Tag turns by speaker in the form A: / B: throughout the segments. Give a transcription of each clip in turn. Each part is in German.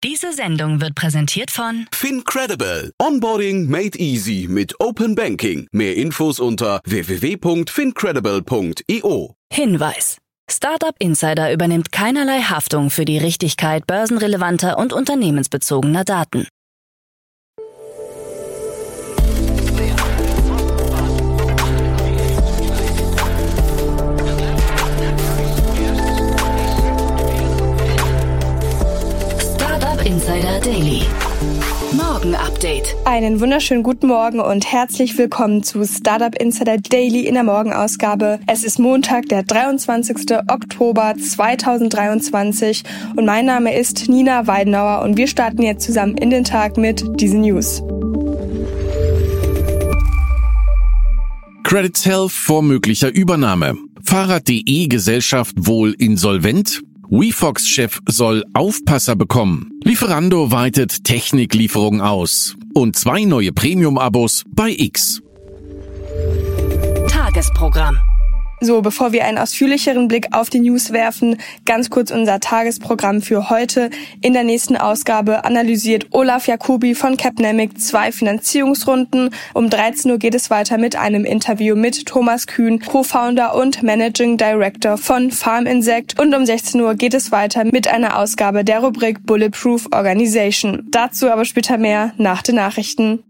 A: Diese Sendung wird präsentiert von
B: FinCredible. Onboarding made easy mit Open Banking. Mehr Infos unter www.fincredible.io.
A: Hinweis. Startup Insider übernimmt keinerlei Haftung für die Richtigkeit börsenrelevanter und unternehmensbezogener Daten. Startup Insider Daily. Morgen Update.
C: Einen wunderschönen guten Morgen und herzlich willkommen zu Startup Insider Daily in der Morgenausgabe. Es ist Montag, der 23. Oktober 2023 und mein Name ist Nina Weidenauer und wir starten jetzt zusammen in den Tag mit diesen News.
D: Credit Health vor möglicher Übernahme. Fahrrad.de Gesellschaft wohl insolvent? WeFox-Chef soll Aufpasser bekommen. Lieferando weitet Techniklieferung aus. Und 2 neue Premium-Abos bei X.
A: Tagesprogramm.
C: So, bevor wir einen ausführlicheren Blick auf die News werfen, ganz kurz unser Tagesprogramm für heute. In der nächsten Ausgabe analysiert Olaf Jacobi von Capnamic 2 Finanzierungsrunden. Um 13 Uhr geht es weiter mit einem Interview mit Thomas Kühn, Co-Founder und Managing Director von FarmInsect. Und um 16 Uhr geht es weiter mit einer Ausgabe der Rubrik Bulletproof Organization. Dazu aber später mehr nach den Nachrichten.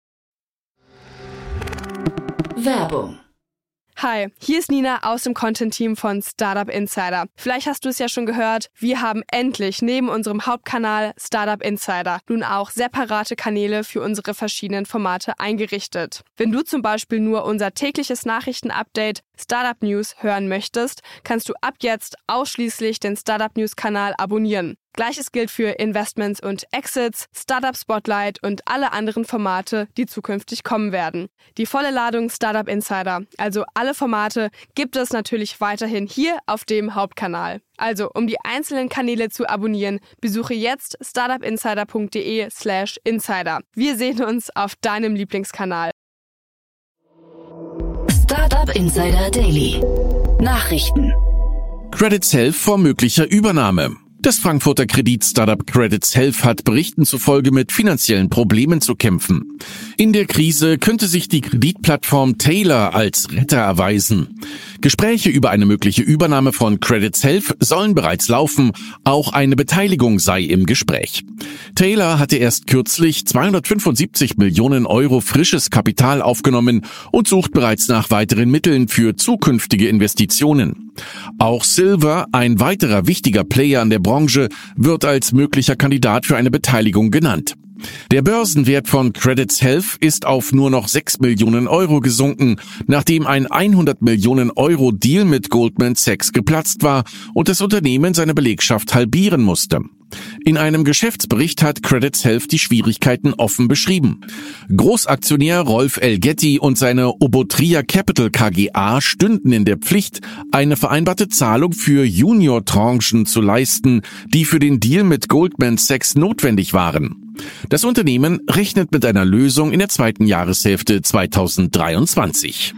A: Werbung.
C: Hi, hier ist Nina aus dem Content-Team von Startup Insider. Vielleicht hast du es ja schon gehört, wir haben endlich neben unserem Hauptkanal Startup Insider nun auch separate Kanäle für unsere verschiedenen Formate eingerichtet. Wenn du zum Beispiel nur unser tägliches Nachrichtenupdate Startup News hören möchtest, kannst du ab jetzt ausschließlich den Startup News Kanal abonnieren. Gleiches gilt für Investments und Exits, Startup Spotlight und alle anderen Formate, die zukünftig kommen werden. Die volle Ladung Startup Insider, also alle Formate, gibt es natürlich weiterhin hier auf dem Hauptkanal. Also, um die einzelnen Kanäle zu abonnieren, besuche jetzt startupinsider.de/insider. Wir sehen uns auf deinem Lieblingskanal.
A: Startup Insider Daily. Nachrichten.
D: Credit Health vor möglicher Übernahme. Das Frankfurter Kredit-Startup Credit Health hat Berichten zufolge mit finanziellen Problemen zu kämpfen. In der Krise könnte sich die Kreditplattform Taylor als Retter erweisen. Gespräche über eine mögliche Übernahme von Credit Health sollen bereits laufen, auch eine Beteiligung sei im Gespräch. Taylor hatte erst kürzlich 275 Millionen Euro frisches Kapital aufgenommen und sucht bereits nach weiteren Mitteln für zukünftige Investitionen. Auch Silver, ein weiterer wichtiger Player an der Branche, wird als möglicher Kandidat für eine Beteiligung genannt. Der Börsenwert von Credit Health ist auf nur noch 6 Millionen Euro gesunken, nachdem ein 100 Millionen Euro Deal mit Goldman Sachs geplatzt war und das Unternehmen seine Belegschaft halbieren musste. In einem Geschäftsbericht hat Credit Health die Schwierigkeiten offen beschrieben. Großaktionär Rolf Elgetti und seine Obotria Capital KGA stünden in der Pflicht, eine vereinbarte Zahlung für Junior-Tranchen zu leisten, die für den Deal mit Goldman Sachs notwendig waren. Das Unternehmen rechnet mit einer Lösung in der zweiten Jahreshälfte 2023.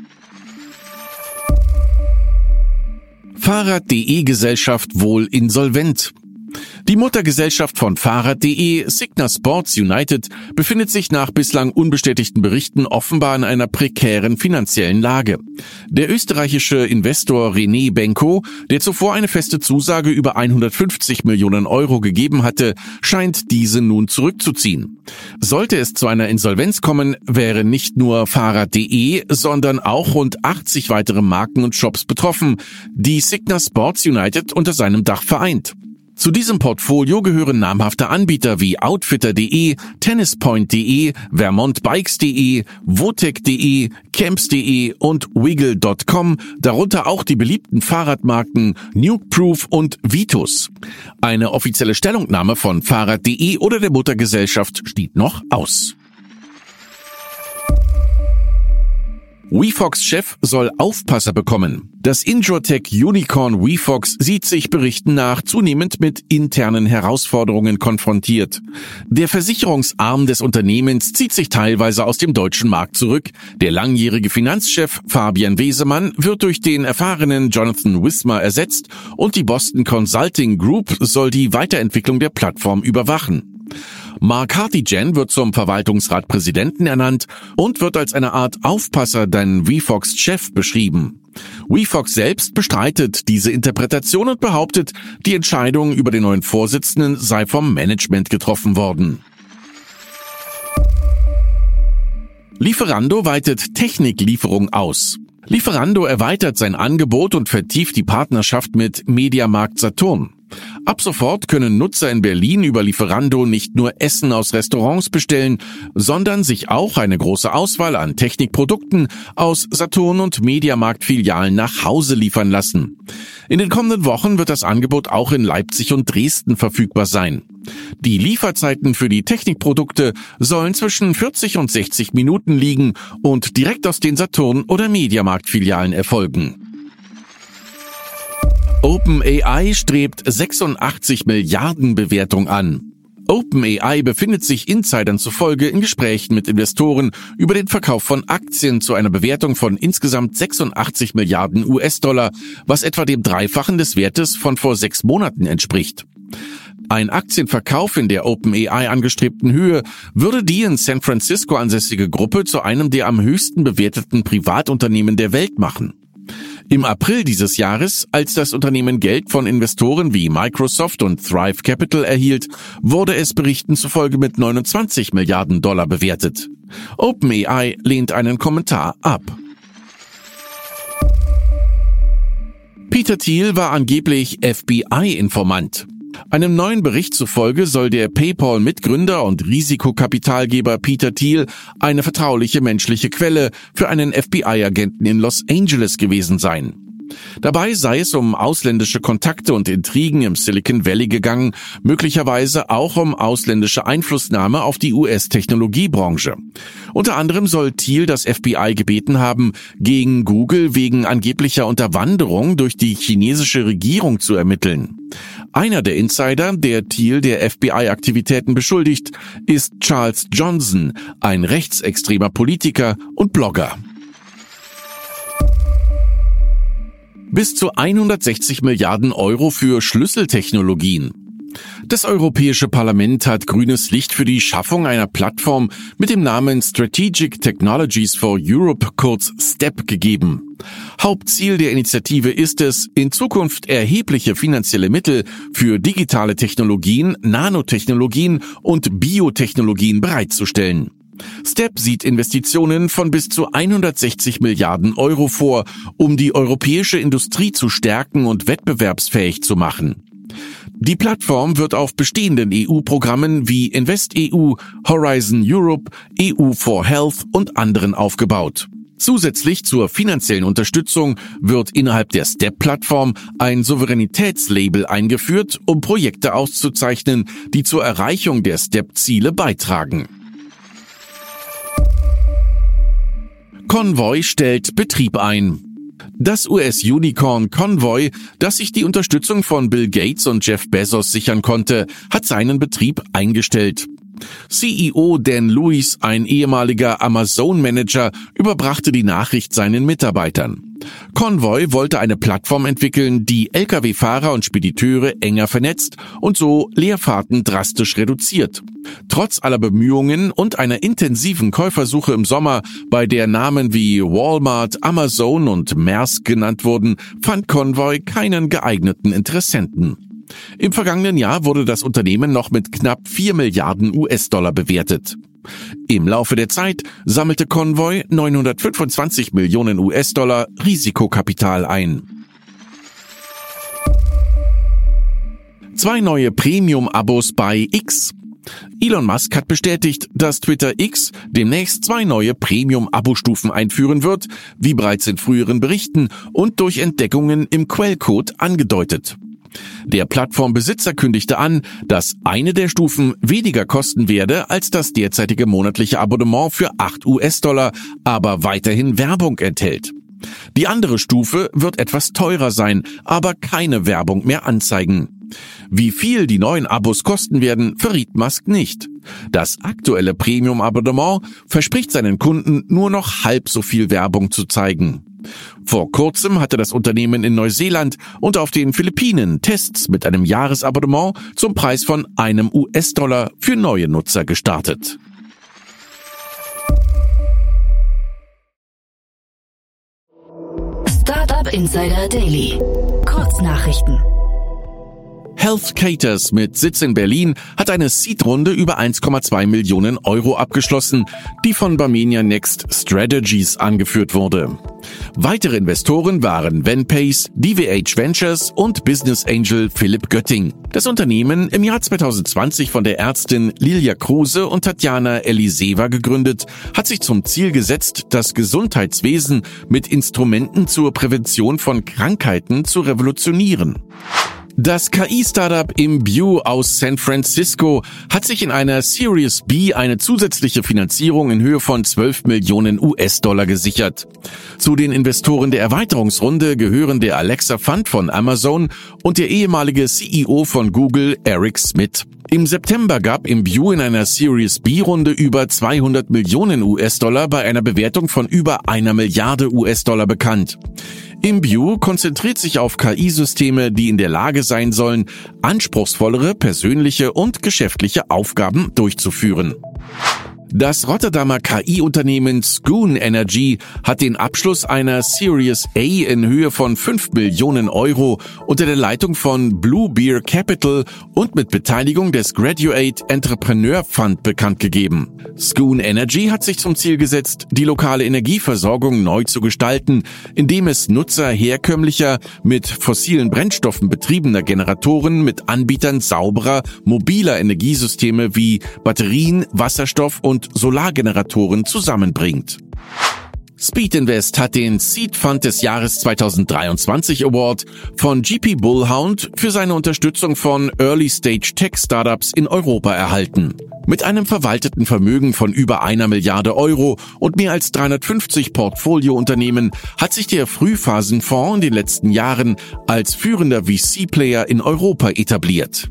D: Fahrrad.de Gesellschaft wohl insolvent. Die Muttergesellschaft von Fahrrad.de, Signa Sports United, befindet sich nach bislang unbestätigten Berichten offenbar in einer prekären finanziellen Lage. Der österreichische Investor René Benko, der zuvor eine feste Zusage über 150 Millionen Euro gegeben hatte, scheint diese nun zurückzuziehen. Sollte es zu einer Insolvenz kommen, wäre nicht nur Fahrrad.de, sondern auch rund 80 weitere Marken und Shops betroffen, die Signa Sports United unter seinem Dach vereint. Zu diesem Portfolio gehören namhafte Anbieter wie Outfitter.de, Tennispoint.de, VermontBikes.de, Votec.de, Camps.de und Wiggle.com, darunter auch die beliebten Fahrradmarken Nukeproof und Vitus. Eine offizielle Stellungnahme von Fahrrad.de oder der Muttergesellschaft steht noch aus. WeFox-Chef soll Aufpasser bekommen. Das Insurtech-Unicorn WeFox sieht sich Berichten nach zunehmend mit internen Herausforderungen konfrontiert. Der Versicherungsarm des Unternehmens zieht sich teilweise aus dem deutschen Markt zurück. Der langjährige Finanzchef Fabian Wesemann wird durch den erfahrenen Jonathan Wismar ersetzt und die Boston Consulting Group soll die Weiterentwicklung der Plattform überwachen. Mark Hartigan wird zum Verwaltungsratpräsidenten ernannt und wird als eine Art Aufpasser den WeFox-Chef beschrieben. WeFox selbst bestreitet diese Interpretation und behauptet, die Entscheidung über den neuen Vorsitzenden sei vom Management getroffen worden. Lieferando weitet Techniklieferung aus. Lieferando erweitert sein Angebot und vertieft die Partnerschaft mit Mediamarkt Saturn. Ab sofort können Nutzer in Berlin über Lieferando nicht nur Essen aus Restaurants bestellen, sondern sich auch eine große Auswahl an Technikprodukten aus Saturn- und Mediamarkt-Filialen nach Hause liefern lassen. In den kommenden Wochen wird das Angebot auch in Leipzig und Dresden verfügbar sein. Die Lieferzeiten für die Technikprodukte sollen zwischen 40 und 60 Minuten liegen und direkt aus den Saturn- oder Mediamarkt-Filialen erfolgen. OpenAI strebt 86 Milliarden Bewertung an. OpenAI befindet sich Insidern zufolge in Gesprächen mit Investoren über den Verkauf von Aktien zu einer Bewertung von insgesamt 86 Milliarden US-Dollar, was etwa dem Dreifachen des Wertes von vor 6 Monaten entspricht. Ein Aktienverkauf in der OpenAI angestrebten Höhe würde die in San Francisco ansässige Gruppe zu einem der am höchsten bewerteten Privatunternehmen der Welt machen. Im April dieses Jahres, als das Unternehmen Geld von Investoren wie Microsoft und Thrive Capital erhielt, wurde es Berichten zufolge mit 29 Milliarden Dollar bewertet. OpenAI lehnt einen Kommentar ab. Peter Thiel war angeblich FBI-Informant. Einem neuen Bericht zufolge soll der PayPal-Mitgründer und Risikokapitalgeber Peter Thiel eine vertrauliche menschliche Quelle für einen FBI-Agenten in Los Angeles gewesen sein. Dabei sei es um ausländische Kontakte und Intrigen im Silicon Valley gegangen, möglicherweise auch um ausländische Einflussnahme auf die US-Technologiebranche. Unter anderem soll Thiel das FBI gebeten haben, gegen Google wegen angeblicher Unterwanderung durch die chinesische Regierung zu ermitteln. Einer der Insider, der Thiel der FBI-Aktivitäten beschuldigt, ist Charles Johnson, ein rechtsextremer Politiker und Blogger. Bis zu 160 Milliarden Euro für Schlüsseltechnologien. Das Europäische Parlament hat grünes Licht für die Schaffung einer Plattform mit dem Namen Strategic Technologies for Europe, kurz STEP, gegeben. Hauptziel der Initiative ist es, in Zukunft erhebliche finanzielle Mittel für digitale Technologien, Nanotechnologien und Biotechnologien bereitzustellen. STEP sieht Investitionen von bis zu 160 Milliarden Euro vor, um die europäische Industrie zu stärken und wettbewerbsfähig zu machen. Die Plattform wird auf bestehenden EU-Programmen wie InvestEU, Horizon Europe, EU for Health und anderen aufgebaut. Zusätzlich zur finanziellen Unterstützung wird innerhalb der STEP-Plattform ein Souveränitätslabel eingeführt, um Projekte auszuzeichnen, die zur Erreichung der STEP-Ziele beitragen. Convoy stellt Betrieb ein. Das US-Unicorn Convoy, das sich die Unterstützung von Bill Gates und Jeff Bezos sichern konnte, hat seinen Betrieb eingestellt. CEO Dan Lewis, ein ehemaliger Amazon-Manager, überbrachte die Nachricht seinen Mitarbeitern. Convoy wollte eine Plattform entwickeln, die Lkw-Fahrer und Spediteure enger vernetzt und so Leerfahrten drastisch reduziert. Trotz aller Bemühungen und einer intensiven Käufersuche im Sommer, bei der Namen wie Walmart, Amazon und Maersk genannt wurden, fand Convoy keinen geeigneten Interessenten. Im vergangenen Jahr wurde das Unternehmen noch mit knapp 4 Milliarden US-Dollar bewertet. Im Laufe der Zeit sammelte Convoy 925 Millionen US-Dollar Risikokapital ein. 2 neue Premium-Abos bei X. Elon Musk hat bestätigt, dass Twitter X demnächst 2 neue Premium-Abo-Stufen einführen wird, wie bereits in früheren Berichten und durch Entdeckungen im Quellcode angedeutet. Der Plattformbesitzer kündigte an, dass eine der Stufen weniger kosten werde als das derzeitige monatliche Abonnement für $8, aber weiterhin Werbung enthält. Die andere Stufe wird etwas teurer sein, aber keine Werbung mehr anzeigen. Wie viel die neuen Abos kosten werden, verriet Musk nicht. Das aktuelle Premium-Abonnement verspricht seinen Kunden nur noch halb so viel Werbung zu zeigen. Vor kurzem hatte das Unternehmen in Neuseeland und auf den Philippinen Tests mit einem Jahresabonnement zum Preis von $1 für neue Nutzer gestartet.
A: Startup Insider Daily. Kurznachrichten.
D: Healthcaters mit Sitz in Berlin hat eine Seed-Runde über 1,2 Millionen Euro abgeschlossen, die von Barmenia Next Strategies angeführt wurde. Weitere Investoren waren Venpace, DVH Ventures und Business Angel Philipp Götting. Das Unternehmen, im Jahr 2020 von der Ärztin Lilia Kruse und Tatjana Eliseva gegründet, hat sich zum Ziel gesetzt, das Gesundheitswesen mit Instrumenten zur Prävention von Krankheiten zu revolutionieren. Das KI-Startup Imbue aus San Francisco hat sich in einer Series B eine zusätzliche Finanzierung in Höhe von $12 Millionen gesichert. Zu den Investoren der Erweiterungsrunde gehören der Alexa Fund von Amazon und der ehemalige CEO von Google, Eric Schmidt. Im September gab Imbue in einer Series B-Runde über $200 Millionen bei einer Bewertung von über $1 Milliarde bekannt. Imbue konzentriert sich auf KI-Systeme, die in der Lage sein sollen, anspruchsvollere persönliche und geschäftliche Aufgaben durchzuführen. Das Rotterdamer KI-Unternehmen Scoon Energy hat den Abschluss einer Series A in Höhe von $5 Millionen unter der Leitung von Blue Bear Capital und mit Beteiligung des Graduate Entrepreneur Fund bekannt gegeben. Scoon Energy hat sich zum Ziel gesetzt, die lokale Energieversorgung neu zu gestalten, indem es Nutzer herkömmlicher, mit fossilen Brennstoffen betriebener Generatoren mit Anbietern sauberer, mobiler Energiesysteme wie Batterien, Wasserstoff und Solargeneratoren zusammenbringt. Speed Invest hat den Seed Fund des Jahres 2023 Award von GP Bullhound für seine Unterstützung von Early Stage Tech Startups in Europa erhalten. Mit einem verwalteten Vermögen von über $1 Milliarde und mehr als 350 Portfoliounternehmen hat sich der Frühphasenfonds in den letzten Jahren als führender VC-Player in Europa etabliert.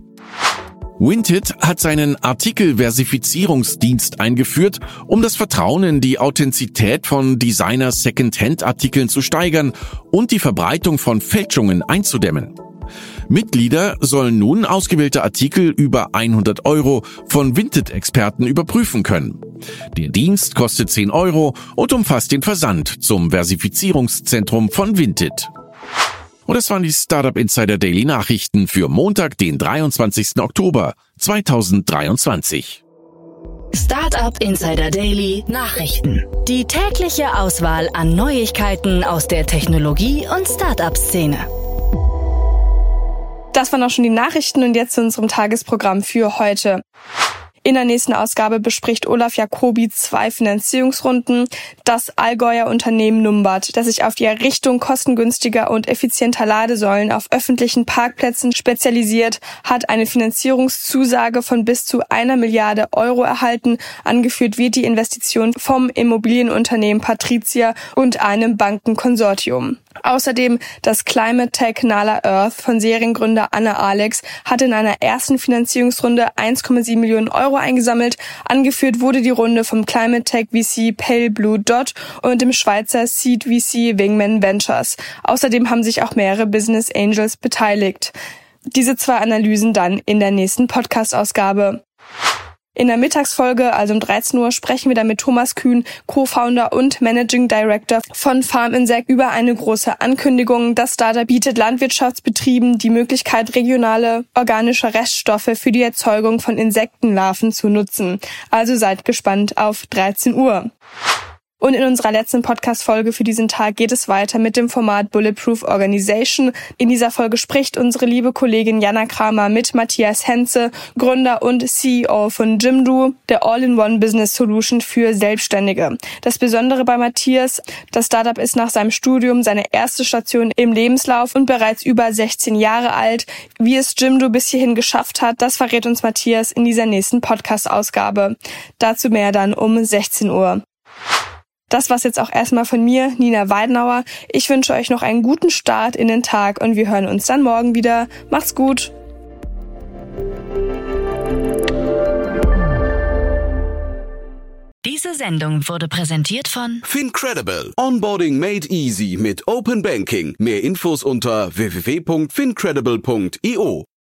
D: Vinted hat seinen Artikelversifizierungsdienst eingeführt, um das Vertrauen in die Authentizität von Designer-Second-Hand-Artikeln zu steigern und die Verbreitung von Fälschungen einzudämmen. Mitglieder sollen nun ausgewählte Artikel über €100 von Vinted-Experten überprüfen können. Der Dienst kostet €10 und umfasst den Versand zum Versifizierungszentrum von Vinted. Und das waren die Startup Insider Daily Nachrichten für Montag, den 23. Oktober 2023.
A: Startup Insider Daily Nachrichten. Die tägliche Auswahl an Neuigkeiten aus der Technologie- und Startup-Szene.
C: Das waren auch schon die Nachrichten und jetzt zu unserem Tagesprogramm für heute. In der nächsten Ausgabe bespricht Olaf Jacobi 2 Finanzierungsrunden. Das Allgäuer Unternehmen Numbert, das sich auf die Errichtung kostengünstiger und effizienter Ladesäulen auf öffentlichen Parkplätzen spezialisiert, hat eine Finanzierungszusage von bis zu €1 Milliarde erhalten. Angeführt wird die Investition vom Immobilienunternehmen Patrizia und einem Bankenkonsortium. Außerdem das Climate Tech Nala Earth von Seriengründer Anna Alex hat in einer ersten Finanzierungsrunde 1,7 Millionen Euro eingesammelt. Angeführt wurde die Runde vom Climate Tech VC Pale Blue Dot und dem Schweizer Seed VC Wingman Ventures. Außerdem haben sich auch mehrere Business Angels beteiligt. Diese 2 Analysen dann in der nächsten Podcast-Ausgabe. In der Mittagsfolge, also um 13 Uhr, sprechen wir dann mit Thomas Kühn, Co-Founder und Managing Director von FarmInsect, über eine große Ankündigung. Das Startup bietet Landwirtschaftsbetrieben die Möglichkeit, regionale organische Reststoffe für die Erzeugung von Insektenlarven zu nutzen. Also seid gespannt auf 13 Uhr. Und in unserer letzten Podcast-Folge für diesen Tag geht es weiter mit dem Format Bulletproof Organization. In dieser Folge spricht unsere liebe Kollegin Jana Kramer mit Matthias Henze, Gründer und CEO von Jimdo, der All-in-One-Business-Solution für Selbstständige. Das Besondere bei Matthias, das Startup ist nach seinem Studium seine erste Station im Lebenslauf und bereits über 16 Jahre alt. Wie es Jimdo bis hierhin geschafft hat, das verrät uns Matthias in dieser nächsten Podcast-Ausgabe. Dazu mehr dann um 16 Uhr. Das war's jetzt auch erstmal von mir, Nina Weidenauer. Ich wünsche euch noch einen guten Start in den Tag und wir hören uns dann morgen wieder. Macht's gut!
A: Diese Sendung wurde präsentiert von
B: Fincredible. Onboarding made easy mit Open Banking. Mehr Infos unter www.fincredible.io.